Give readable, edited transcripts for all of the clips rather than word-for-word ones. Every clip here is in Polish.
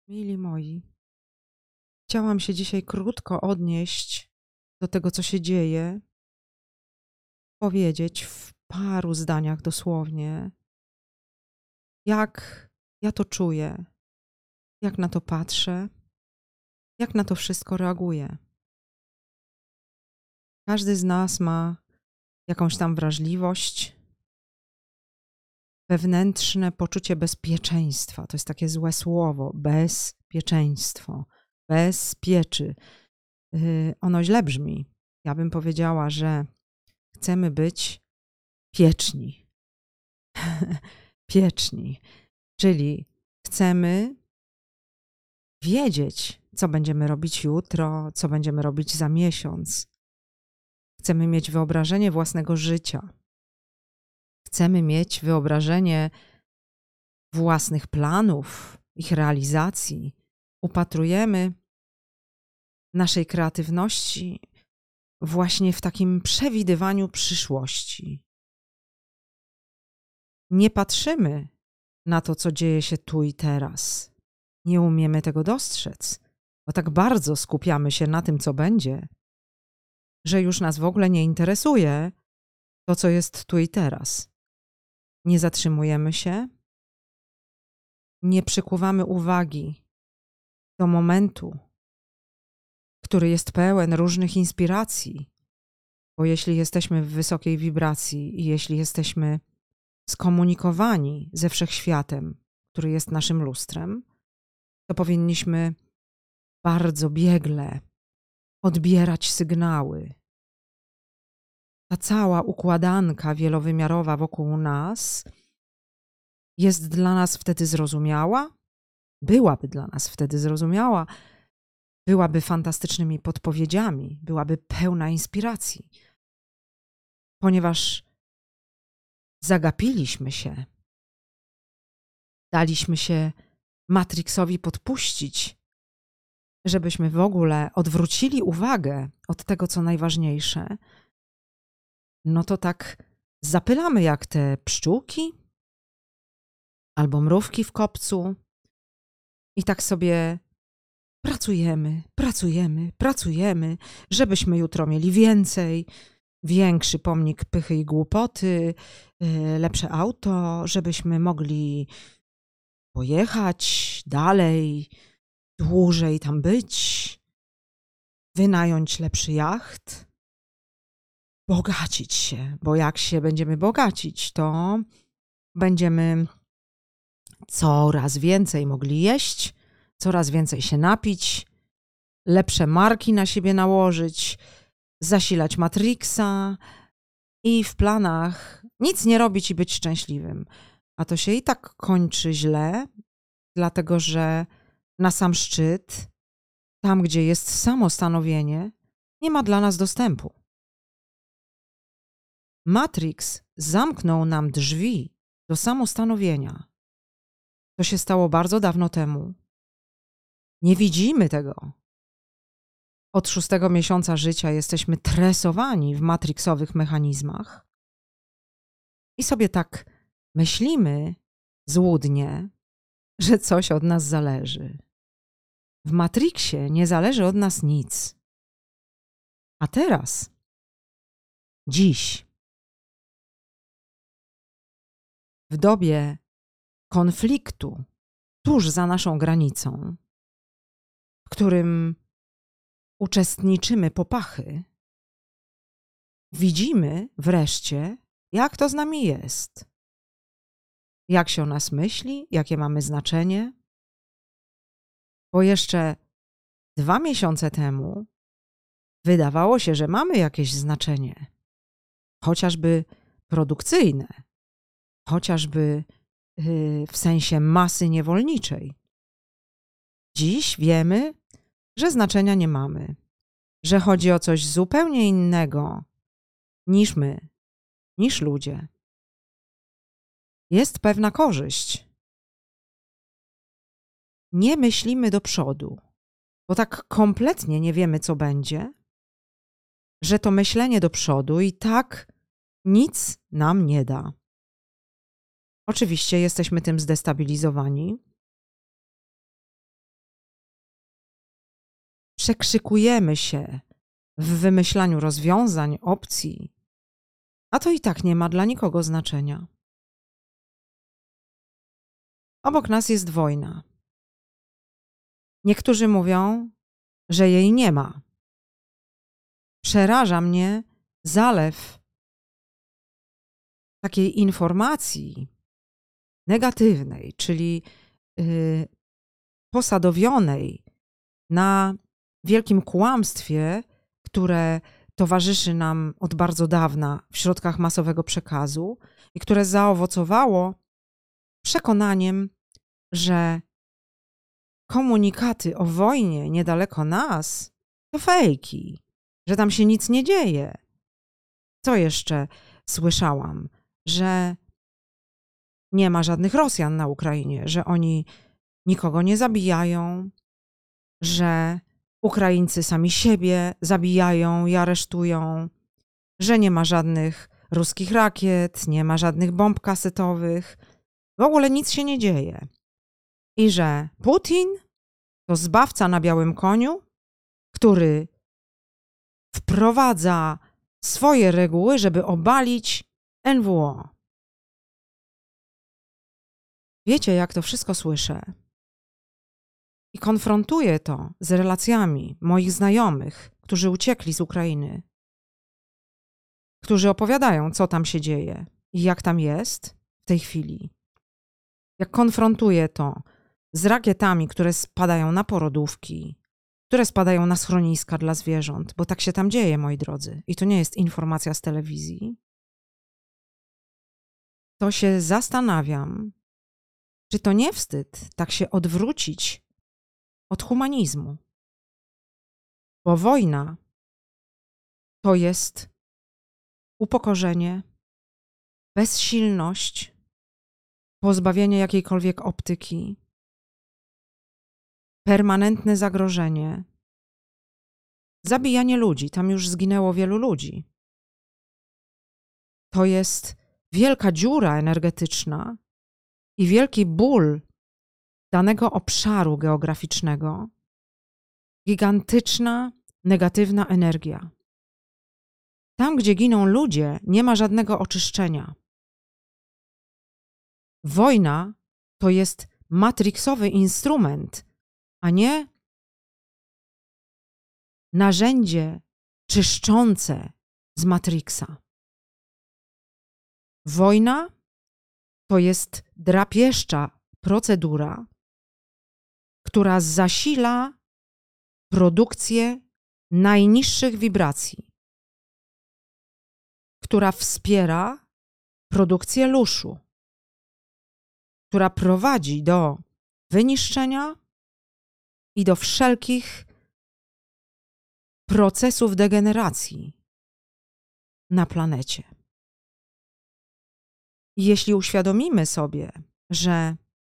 Mili moi, chciałam się dzisiaj krótko odnieść do tego, co się dzieje, powiedzieć w paru zdaniach dosłownie, jak ja to czuję, jak na to patrzę, jak na to wszystko reaguję. Każdy z nas ma jakąś tam wrażliwość, wewnętrzne poczucie bezpieczeństwa. To jest takie złe słowo, bezpieczeństwo, bez pieczy. Ono źle brzmi. Ja bym powiedziała, że chcemy być pieczni. Pieczni, czyli chcemy wiedzieć, co będziemy robić jutro, co będziemy robić za miesiąc. Chcemy mieć wyobrażenie własnego życia. Chcemy mieć wyobrażenie własnych planów, ich realizacji. Upatrujemy naszej kreatywności właśnie w takim przewidywaniu przyszłości. Nie patrzymy na to, co dzieje się tu i teraz. Nie umiemy tego dostrzec, bo tak bardzo skupiamy się na tym, co będzie, że już nas w ogóle nie interesuje to, co jest tu i teraz. Nie zatrzymujemy się, nie przykuwamy uwagi do momentu, który jest pełen różnych inspiracji, bo jeśli jesteśmy w wysokiej wibracji i jeśli jesteśmy skomunikowani ze wszechświatem, który jest naszym lustrem, to powinniśmy bardzo biegle odbierać sygnały. Ta cała układanka wielowymiarowa wokół nas jest dla nas wtedy zrozumiała, byłaby dla nas wtedy zrozumiała, byłaby fantastycznymi podpowiedziami, byłaby pełna inspiracji, ponieważ zagapiliśmy się, daliśmy się Matrixowi podpuścić, żebyśmy w ogóle odwrócili uwagę od tego, co najważniejsze, no to tak zapylamy jak te pszczółki albo mrówki w kopcu i tak sobie pracujemy, żebyśmy jutro mieli więcej, większy pomnik pychy i głupoty, lepsze auto, żebyśmy mogli pojechać dalej, dłużej tam być, wynająć lepszy jacht, bogacić się, bo jak się będziemy bogacić, to będziemy coraz więcej mogli jeść, coraz więcej się napić, lepsze marki na siebie nałożyć, zasilać Matrixa i w planach nic nie robić i być szczęśliwym. A to się i tak kończy źle, dlatego że na sam szczyt, tam gdzie jest samostanowienie, nie ma dla nas dostępu. Matrix zamknął nam drzwi do samostanowienia. To się stało bardzo dawno temu. Nie widzimy tego. Od 6. miesiąca życia jesteśmy tresowani w matrixowych mechanizmach i sobie tak myślimy złudnie, że coś od nas zależy. W Matrixie nie zależy od nas nic. A teraz, dziś, w dobie konfliktu tuż za naszą granicą, w którym uczestniczymy po pachy, widzimy wreszcie, jak to z nami jest. Jak się o nas myśli, jakie mamy znaczenie. Bo jeszcze 2 miesiące temu wydawało się, że mamy jakieś znaczenie, chociażby produkcyjne, chociażby w sensie masy niewolniczej. Dziś wiemy, że znaczenia nie mamy, że chodzi o coś zupełnie innego niż my, niż ludzie. Jest pewna korzyść. Nie myślimy do przodu, bo tak kompletnie nie wiemy, co będzie, że to myślenie do przodu i tak nic nam nie da. Oczywiście jesteśmy tym zdestabilizowani, przekrzykujemy się w wymyślaniu rozwiązań, opcji, a to i tak nie ma dla nikogo znaczenia. Obok nas jest wojna. Niektórzy mówią, że jej nie ma. Przeraża mnie zalew takiej informacji negatywnej, czyli posadowionej na wielkim kłamstwie, które towarzyszy nam od bardzo dawna w środkach masowego przekazu i które zaowocowało przekonaniem, że komunikaty o wojnie niedaleko nas to fejki, że tam się nic nie dzieje. Co jeszcze słyszałam? Że nie ma żadnych Rosjan na Ukrainie, że oni nikogo nie zabijają, że Ukraińcy sami siebie zabijają i aresztują, że nie ma żadnych ruskich rakiet, nie ma żadnych bomb kasetowych. W ogóle nic się nie dzieje. I że Putin to zbawca na białym koniu, który wprowadza swoje reguły, żeby obalić NWO. Wiecie, jak to wszystko słyszę? I konfrontuję to z relacjami moich znajomych, którzy uciekli z Ukrainy, którzy opowiadają, co tam się dzieje i jak tam jest w tej chwili. Jak konfrontuję to z rakietami, które spadają na porodówki, które spadają na schroniska dla zwierząt, bo tak się tam dzieje, moi drodzy. I to nie jest informacja z telewizji. To się zastanawiam, czy to nie wstyd tak się odwrócić od humanizmu. Bo wojna to jest upokorzenie, bezsilność, pozbawienie jakiejkolwiek optyki, permanentne zagrożenie, zabijanie ludzi. Tam już zginęło wielu ludzi. To jest wielka dziura energetyczna i wielki ból danego obszaru geograficznego, gigantyczna, negatywna energia. Tam, gdzie giną ludzie, nie ma żadnego oczyszczenia. Wojna to jest matrixowy instrument, a nie narzędzie czyszczące z Matrixa. Wojna to jest drapieżcza procedura, która zasila produkcję najniższych wibracji, która wspiera produkcję luszu, która prowadzi do wyniszczenia i do wszelkich procesów degeneracji na planecie. I jeśli uświadomimy sobie, że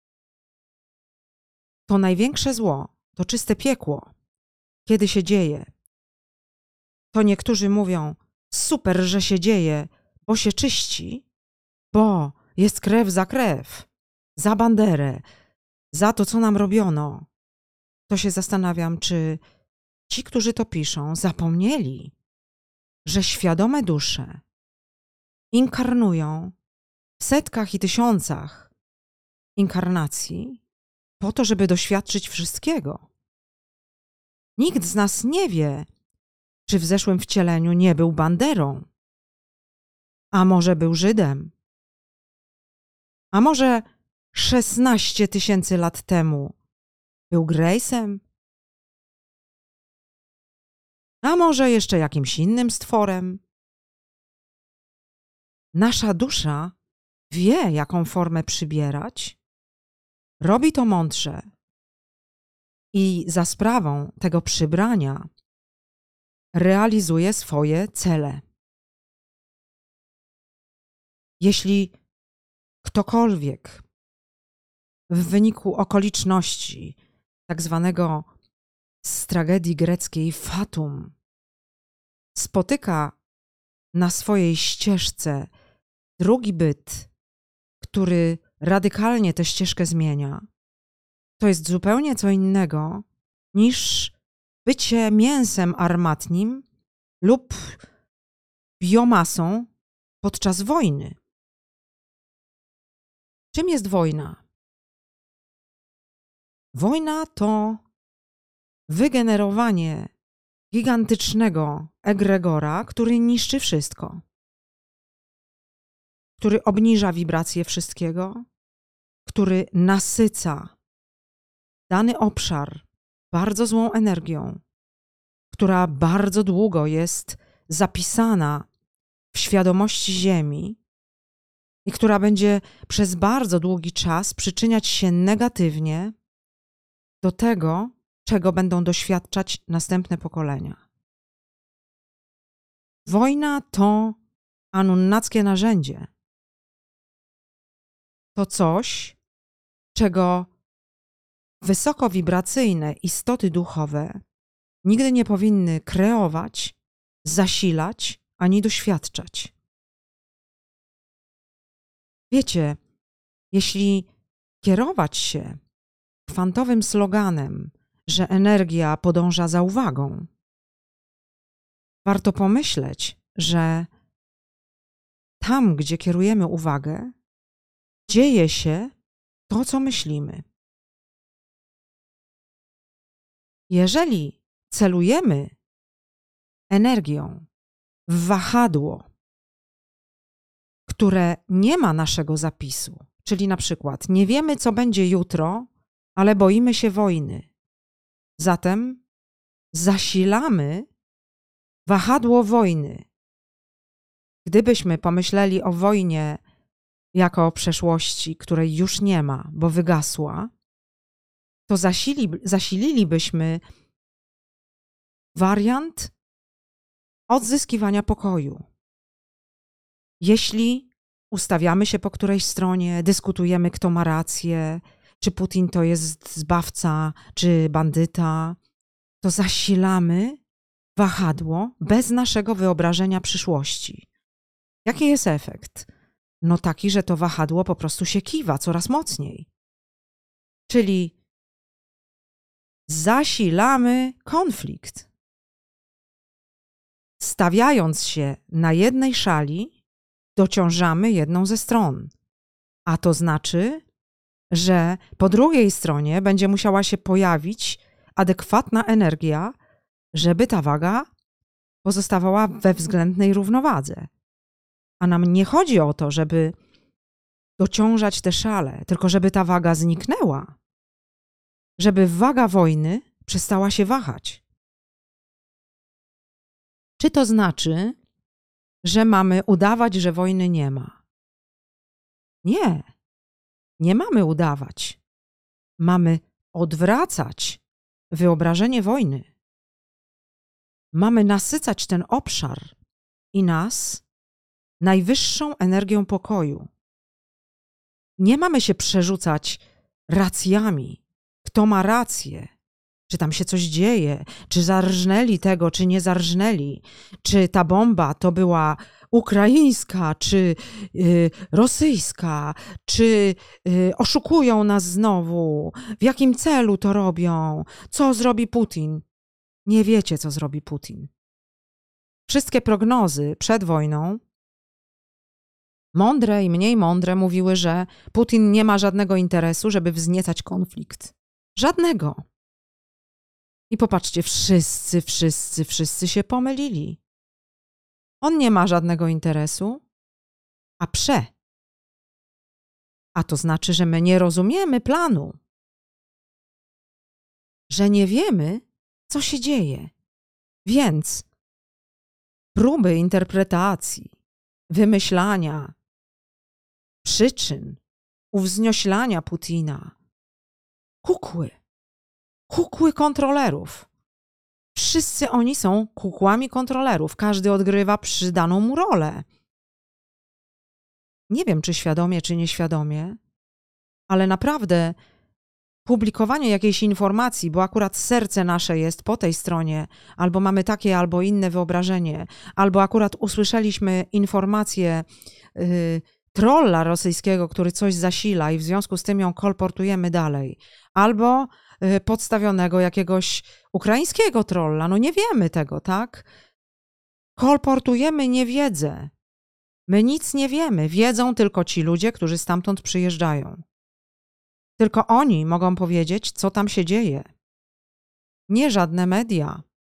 to największe zło, to czyste piekło, kiedy się dzieje, to niektórzy mówią, super, że się dzieje, bo się czyści, bo jest krew, za banderę, za to, co nam robiono. To się zastanawiam, czy ci, którzy to piszą, zapomnieli, że świadome dusze inkarnują w setkach i tysiącach inkarnacji po to, żeby doświadczyć wszystkiego. Nikt z nas nie wie, czy w zeszłym wcieleniu nie był banderą, a może był Żydem, a może 16 000 lat temu był Grace'em, a może jeszcze jakimś innym stworem. Nasza dusza wie, jaką formę przybierać, robi to mądrze i za sprawą tego przybrania realizuje swoje cele. Jeśli ktokolwiek w wyniku okoliczności tak zwanego z tragedii greckiej fatum spotyka na swojej ścieżce drugi byt, który radykalnie tę ścieżkę zmienia, to jest zupełnie co innego niż bycie mięsem armatnim lub biomasą podczas wojny. Czym jest wojna? Wojna to wygenerowanie gigantycznego egregora, który niszczy wszystko, który obniża wibracje wszystkiego, który nasyca dany obszar bardzo złą energią, która bardzo długo jest zapisana w świadomości Ziemi i która będzie przez bardzo długi czas przyczyniać się negatywnie do tego, czego będą doświadczać następne pokolenia. Wojna to anunnackie narzędzie. To coś, czego wysokowibracyjne istoty duchowe nigdy nie powinny kreować, zasilać ani doświadczać. Wiecie, jeśli kierować się kwantowym sloganem, że energia podąża za uwagą, warto pomyśleć, że tam, gdzie kierujemy uwagę, dzieje się to, co myślimy. Jeżeli celujemy energią w wahadło, które nie ma naszego zapisu, czyli na przykład nie wiemy, co będzie jutro, ale boimy się wojny, zatem zasilamy wahadło wojny. Gdybyśmy pomyśleli o wojnie jako o przeszłości, której już nie ma, bo wygasła, to zasililibyśmy wariant odzyskiwania pokoju. Jeśli ustawiamy się po którejś stronie, dyskutujemy, kto ma rację, czy Putin to jest zbawca, czy bandyta, to zasilamy wahadło bez naszego wyobrażenia przyszłości. Jaki jest efekt? No taki, że to wahadło po prostu się kiwa coraz mocniej. Czyli zasilamy konflikt. Stawiając się na jednej szali, dociążamy jedną ze stron. A to znaczy, że po drugiej stronie będzie musiała się pojawić adekwatna energia, żeby ta waga pozostawała we względnej równowadze. A nam nie chodzi o to, żeby dociążać te szale, tylko żeby ta waga zniknęła. Żeby waga wojny przestała się wahać. Czy to znaczy, że mamy udawać, że wojny nie ma? Nie. Nie mamy udawać. Mamy odwracać wyobrażenie wojny. Mamy nasycać ten obszar i nas najwyższą energią pokoju. Nie mamy się przerzucać racjami. Kto ma rację? Czy tam się coś dzieje? Czy zarżnęli tego, czy nie zarżnęli? Czy ta bomba to była ukraińska, czy rosyjska? Czy oszukują nas znowu? W jakim celu to robią? Co zrobi Putin? Nie wiecie, co zrobi Putin. Wszystkie prognozy przed wojną, mądre i mniej mądre, mówiły, że Putin nie ma żadnego interesu, żeby wzniecać konflikt. Żadnego. I popatrzcie, wszyscy się pomylili. On nie ma żadnego interesu, a to znaczy, że my nie rozumiemy planu, że nie wiemy, co się dzieje. Więc próby interpretacji, wymyślania przyczyn, uwznioślania Putina kukły kontrolerów. Wszyscy oni są kukłami kontrolerów. Każdy odgrywa przydaną mu rolę. Nie wiem, czy świadomie, czy nieświadomie, ale naprawdę publikowanie jakiejś informacji, bo akurat serce nasze jest po tej stronie, albo mamy takie, albo inne wyobrażenie, albo akurat usłyszeliśmy informację trolla rosyjskiego, który coś zasila i w związku z tym ją kolportujemy dalej, albo podstawionego jakiegoś ukraińskiego trolla. No nie wiemy tego, tak? Kolportujemy niewiedzę. My nic nie wiemy. Wiedzą tylko ci ludzie, którzy stamtąd przyjeżdżają. Tylko oni mogą powiedzieć, co tam się dzieje. Nie żadne media.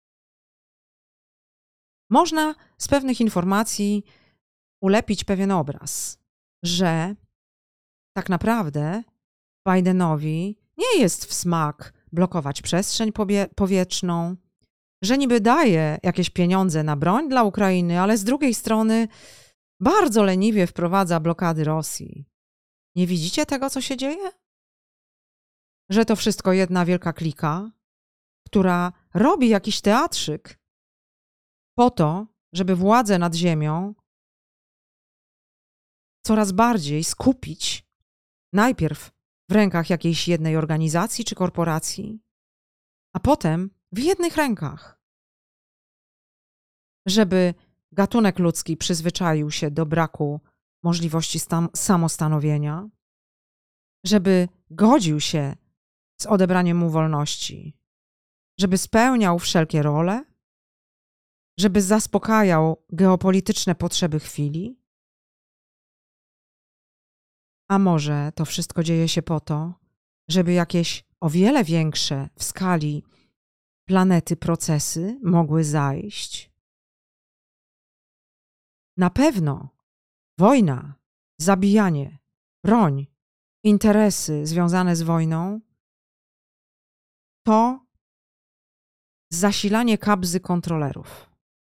Można z pewnych informacji ulepić pewien obraz, że tak naprawdę Bidenowi nie jest w smak blokować przestrzeń powietrzną, że niby daje jakieś pieniądze na broń dla Ukrainy, ale z drugiej strony bardzo leniwie wprowadza blokady Rosji. Nie widzicie tego, co się dzieje? Że to wszystko jedna wielka klika, która robi jakiś teatrzyk po to, żeby władzę nad ziemią coraz bardziej skupić najpierw w rękach jakiejś jednej organizacji czy korporacji, a potem w jednych rękach. Żeby gatunek ludzki przyzwyczaił się do braku możliwości samostanowienia, żeby godził się z odebraniem mu wolności, żeby spełniał wszelkie role, żeby zaspokajał geopolityczne potrzeby chwili. A może to wszystko dzieje się po to, żeby jakieś o wiele większe w skali planety procesy mogły zajść? Na pewno wojna, zabijanie, broń, interesy związane z wojną to zasilanie kabzy kontrolerów.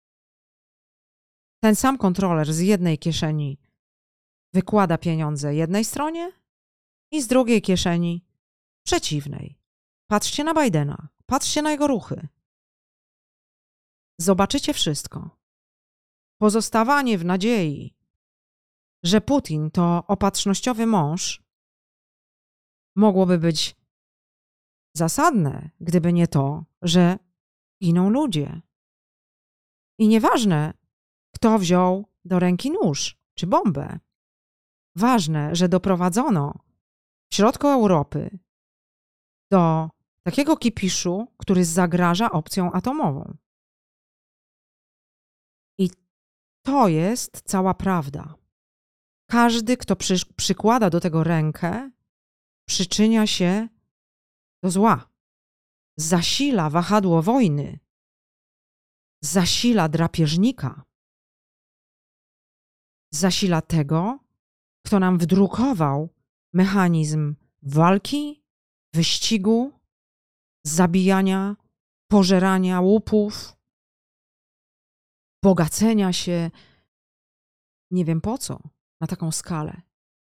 Ten sam kontroler z jednej kieszeni wykłada pieniądze jednej stronie i z drugiej kieszeni przeciwnej. Patrzcie na Bidena, patrzcie na jego ruchy. Zobaczycie wszystko. Pozostawanie w nadziei, że Putin to opatrznościowy mąż, mogłoby być zasadne, gdyby nie to, że giną ludzie. I nieważne, kto wziął do ręki nóż czy bombę. Ważne, że doprowadzono w środku Europy do takiego kipiszu, który zagraża opcją atomową. I to jest cała prawda. Każdy, kto przykłada do tego rękę, przyczynia się do zła. Zasila wahadło wojny. Zasila drapieżnika. Zasila tego, kto nam wdrukował mechanizm walki, wyścigu, zabijania, pożerania łupów, bogacenia się, nie wiem po co, na taką skalę.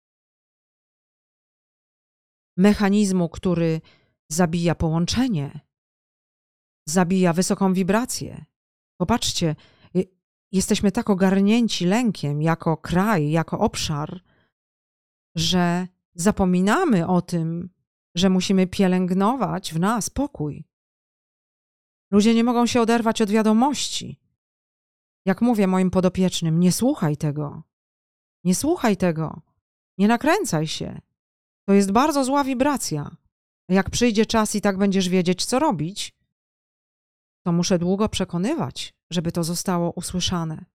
Mechanizmu, który zabija połączenie, zabija wysoką wibrację. Popatrzcie, jesteśmy tak ogarnięci lękiem jako kraj, jako obszar, że zapominamy o tym, że musimy pielęgnować w nas pokój. Ludzie nie mogą się oderwać od wiadomości. Jak mówię moim podopiecznym, nie słuchaj tego. Nie słuchaj tego. Nie nakręcaj się. To jest bardzo zła wibracja. Jak przyjdzie czas i tak będziesz wiedzieć, co robić, to muszę długo przekonywać, żeby to zostało usłyszane.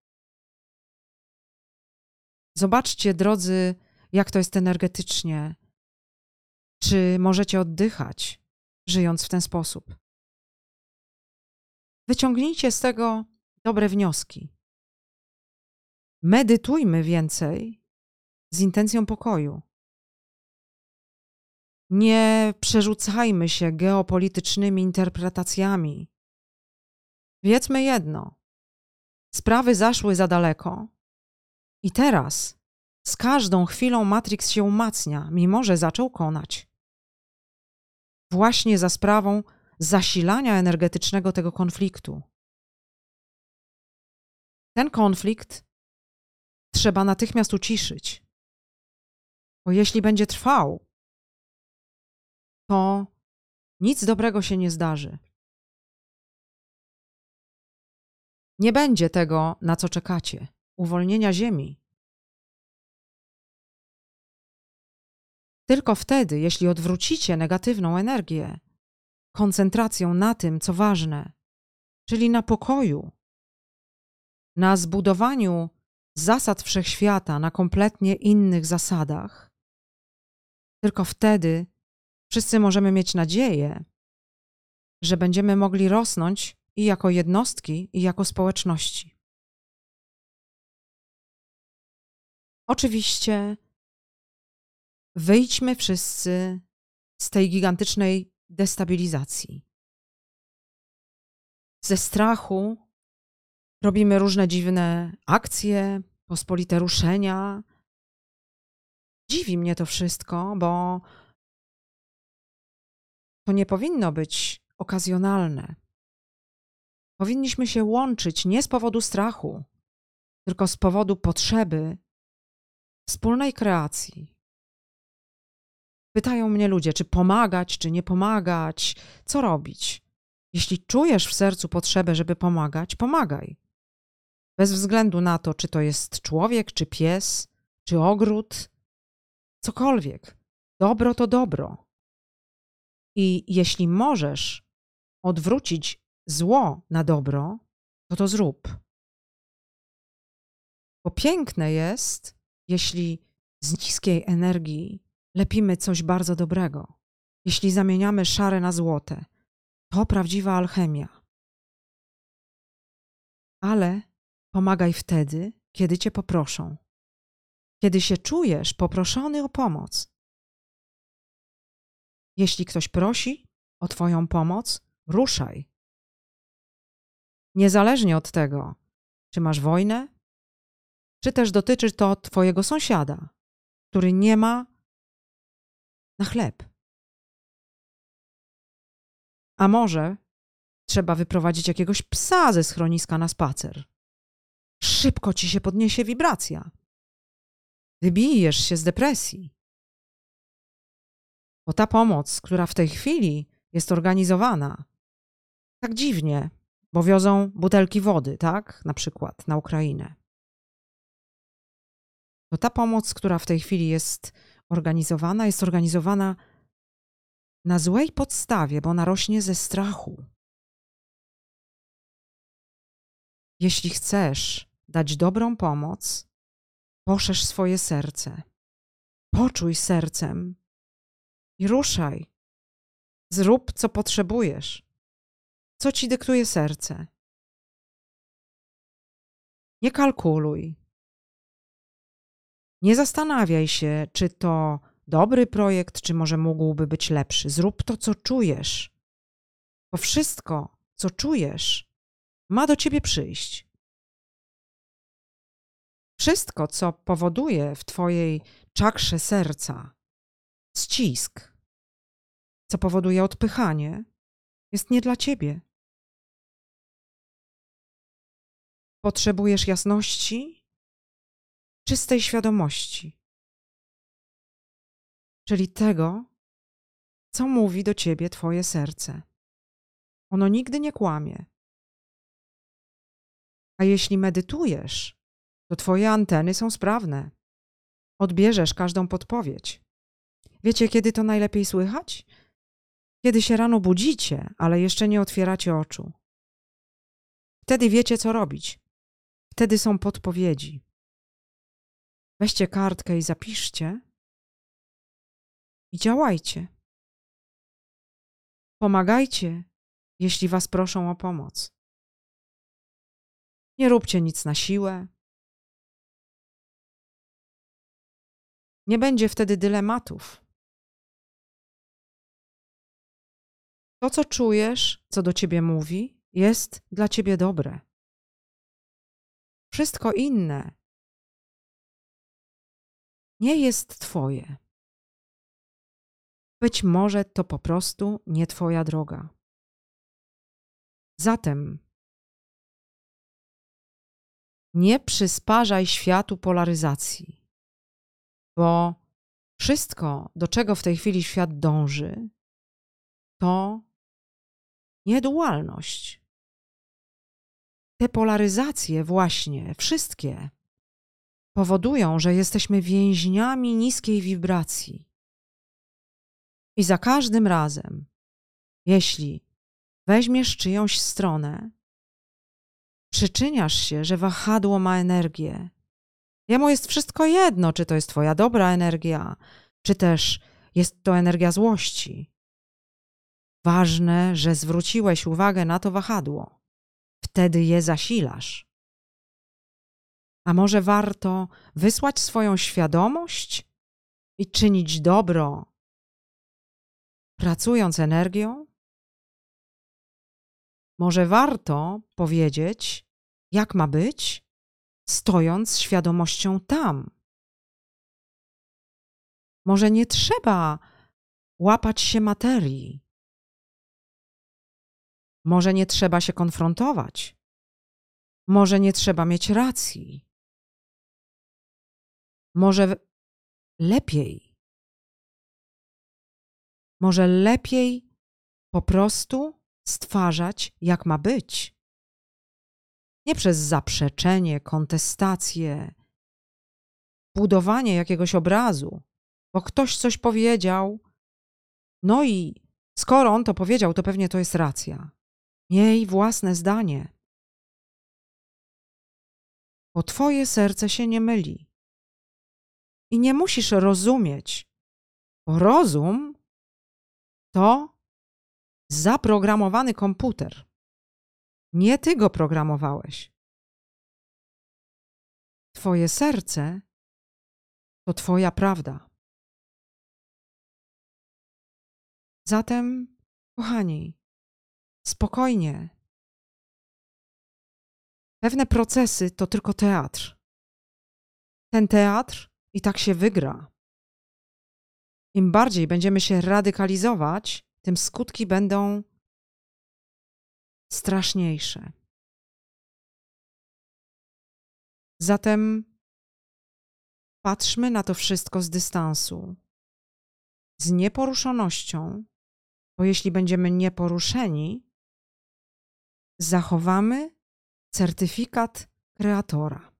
Zobaczcie, drodzy, jak to jest energetycznie. Czy możecie oddychać, żyjąc w ten sposób? Wyciągnijcie z tego dobre wnioski. Medytujmy więcej z intencją pokoju. Nie przerzucajmy się geopolitycznymi interpretacjami. Wiedzmy jedno. Sprawy zaszły za daleko i teraz z każdą chwilą Matrix się umacnia, mimo że zaczął konać. Właśnie za sprawą zasilania energetycznego tego konfliktu. Ten konflikt trzeba natychmiast uciszyć, bo jeśli będzie trwał, to nic dobrego się nie zdarzy. Nie będzie tego, na co czekacie, uwolnienia ziemi. Tylko wtedy, jeśli odwrócicie negatywną energię koncentracją na tym, co ważne, czyli na pokoju, na zbudowaniu zasad wszechświata na kompletnie innych zasadach, tylko wtedy wszyscy możemy mieć nadzieję, że będziemy mogli rosnąć i jako jednostki, i jako społeczności. Oczywiście wyjdźmy wszyscy z tej gigantycznej destabilizacji. Ze strachu robimy różne dziwne akcje, pospolite ruszenia. Dziwi mnie to wszystko, bo to nie powinno być okazjonalne. Powinniśmy się łączyć nie z powodu strachu, tylko z powodu potrzeby wspólnej kreacji. Pytają mnie ludzie, czy pomagać, czy nie pomagać, co robić. Jeśli czujesz w sercu potrzebę, żeby pomagać, pomagaj. Bez względu na to, czy to jest człowiek, czy pies, czy ogród, cokolwiek. Dobro to dobro. I jeśli możesz odwrócić zło na dobro, to zrób. Bo piękne jest, jeśli z niskiej energii lepimy coś bardzo dobrego. Jeśli zamieniamy szare na złote, to prawdziwa alchemia. Ale pomagaj wtedy, kiedy cię poproszą. Kiedy się czujesz poproszony o pomoc. Jeśli ktoś prosi o twoją pomoc, ruszaj. Niezależnie od tego, czy masz wojnę, czy też dotyczy to twojego sąsiada, który nie ma na chleb. A może trzeba wyprowadzić jakiegoś psa ze schroniska na spacer. Szybko ci się podniesie wibracja. Wybijesz się z depresji. Bo ta pomoc, która w tej chwili jest organizowana, tak dziwnie, bo wiozą butelki wody, tak? Na przykład na Ukrainę. To ta pomoc, która w tej chwili jest organizowana na złej podstawie, bo ona rośnie ze strachu. Jeśli chcesz dać dobrą pomoc, poszerz swoje serce. Poczuj sercem i ruszaj. Zrób, co potrzebujesz. Co ci dyktuje serce. Nie kalkuluj. Nie zastanawiaj się, czy to dobry projekt, czy może mógłby być lepszy. Zrób to, co czujesz. Bo wszystko, co czujesz, ma do ciebie przyjść. Wszystko, co powoduje w twojej czakrze serca ścisk, co powoduje odpychanie, jest nie dla ciebie. Potrzebujesz jasności, czystej świadomości, czyli tego, co mówi do ciebie twoje serce. Ono nigdy nie kłamie. A jeśli medytujesz, to twoje anteny są sprawne. Odbierzesz każdą podpowiedź. Wiecie, kiedy to najlepiej słychać? Kiedy się rano budzicie, ale jeszcze nie otwieracie oczu. Wtedy wiecie, co robić. Wtedy są podpowiedzi. Weźcie kartkę i zapiszcie i działajcie. Pomagajcie, jeśli was proszą o pomoc. Nie róbcie nic na siłę. Nie będzie wtedy dylematów. To, co czujesz, co do ciebie mówi, jest dla ciebie dobre. Wszystko inne nie jest twoje. Być może to po prostu nie twoja droga. Zatem nie przysparzaj światu polaryzacji, bo wszystko, do czego w tej chwili świat dąży, to niedualność. Te polaryzacje właśnie, wszystkie, powodują, że jesteśmy więźniami niskiej wibracji. I za każdym razem, jeśli weźmiesz czyjąś stronę, przyczyniasz się, że wahadło ma energię. Jemu jest wszystko jedno, czy to jest twoja dobra energia, czy też jest to energia złości. Ważne, że zwróciłeś uwagę na to wahadło. Wtedy je zasilasz. A może warto wysłać swoją świadomość i czynić dobro, pracując energią? Może warto powiedzieć, jak ma być, stojąc świadomością tam. Może nie trzeba łapać się materii. Może nie trzeba się konfrontować. Może nie trzeba mieć racji. Może lepiej. Może lepiej po prostu stwarzać, jak ma być. Nie przez zaprzeczenie, kontestację, budowanie jakiegoś obrazu, bo ktoś coś powiedział, no i skoro on to powiedział, to pewnie to jest racja. Miej własne zdanie, bo twoje serce się nie myli. I nie musisz rozumieć, bo rozum to zaprogramowany komputer. Nie ty go programowałeś. Twoje serce to twoja prawda. Zatem, kochani, spokojnie. Pewne procesy to tylko teatr. Ten teatr i tak się wygra. Im bardziej będziemy się radykalizować, tym skutki będą straszniejsze. Zatem patrzmy na to wszystko z dystansu, z nieporuszonością, bo jeśli będziemy nieporuszeni, zachowamy certyfikat kreatora.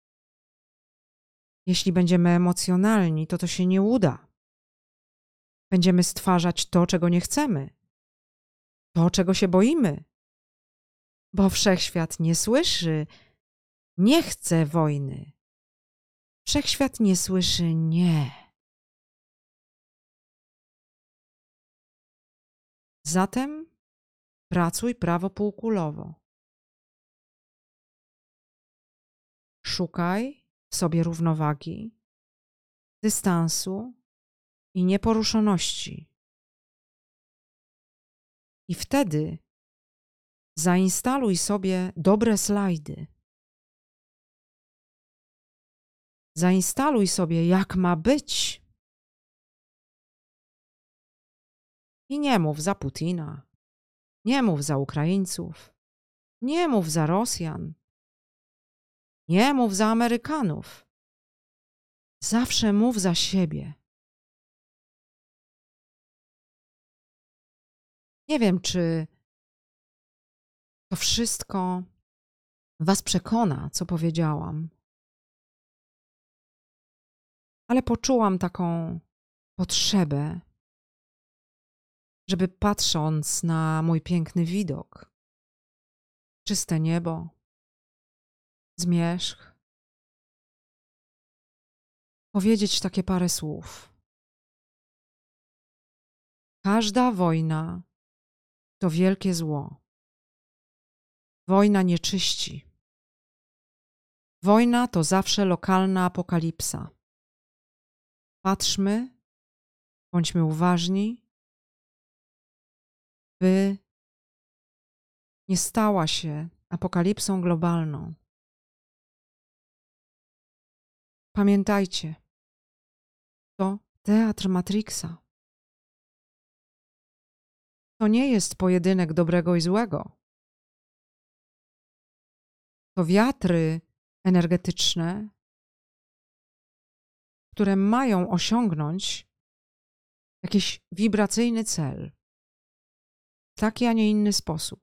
Jeśli będziemy emocjonalni, to się nie uda. Będziemy stwarzać to, czego nie chcemy, to, czego się boimy, bo wszechświat nie słyszy, nie chce wojny. Wszechświat nie słyszy nie. Zatem pracuj prawopółkulowo. Szukaj w sobie równowagi, dystansu i nieporuszoności. I wtedy zainstaluj sobie dobre slajdy. Zainstaluj sobie, jak ma być. I nie mów za Putina, nie mów za Ukraińców, nie mów za Rosjan, nie mów za Amerykanów. Zawsze mów za siebie. Nie wiem, czy to wszystko was przekona, co powiedziałam, ale poczułam taką potrzebę, żeby patrząc na mój piękny widok, czyste niebo, zmierzch, powiedzieć takie parę słów. Każda wojna to wielkie zło. Wojna nie czyści. Wojna to zawsze lokalna apokalipsa. Patrzmy, bądźmy uważni, by nie stała się apokalipsą globalną. Pamiętajcie, to teatr Matrixa. To nie jest pojedynek dobrego i złego. To wiatry energetyczne, które mają osiągnąć jakiś wibracyjny cel. W taki, a nie inny sposób.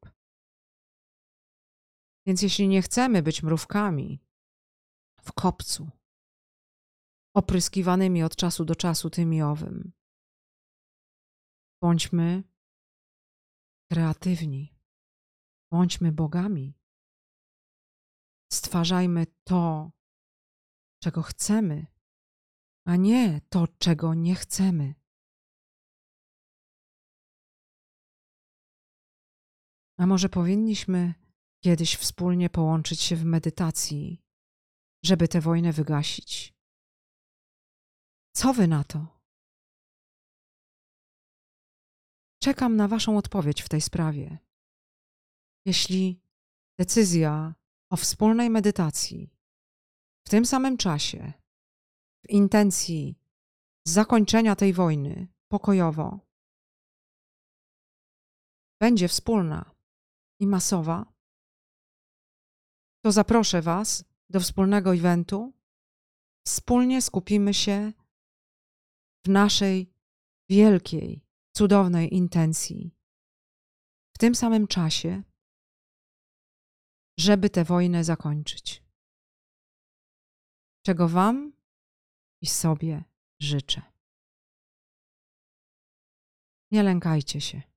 Więc jeśli nie chcemy być mrówkami w kopcu, opryskiwanymi od czasu do czasu tym i owym, Bądźmy kreatywni, bądźmy bogami. Stwarzajmy to, czego chcemy, a nie to, czego nie chcemy. A może powinniśmy kiedyś wspólnie połączyć się w medytacji, żeby tę wojnę wygasić? Co wy na to? Czekam na waszą odpowiedź w tej sprawie. Jeśli decyzja o wspólnej medytacji w tym samym czasie, w intencji zakończenia tej wojny pokojowo, będzie wspólna i masowa, to zaproszę was do wspólnego eventu. Wspólnie skupimy się w naszej wielkiej, cudownej intencji w tym samym czasie, żeby tę wojnę zakończyć. Czego wam i sobie życzę. Nie lękajcie się.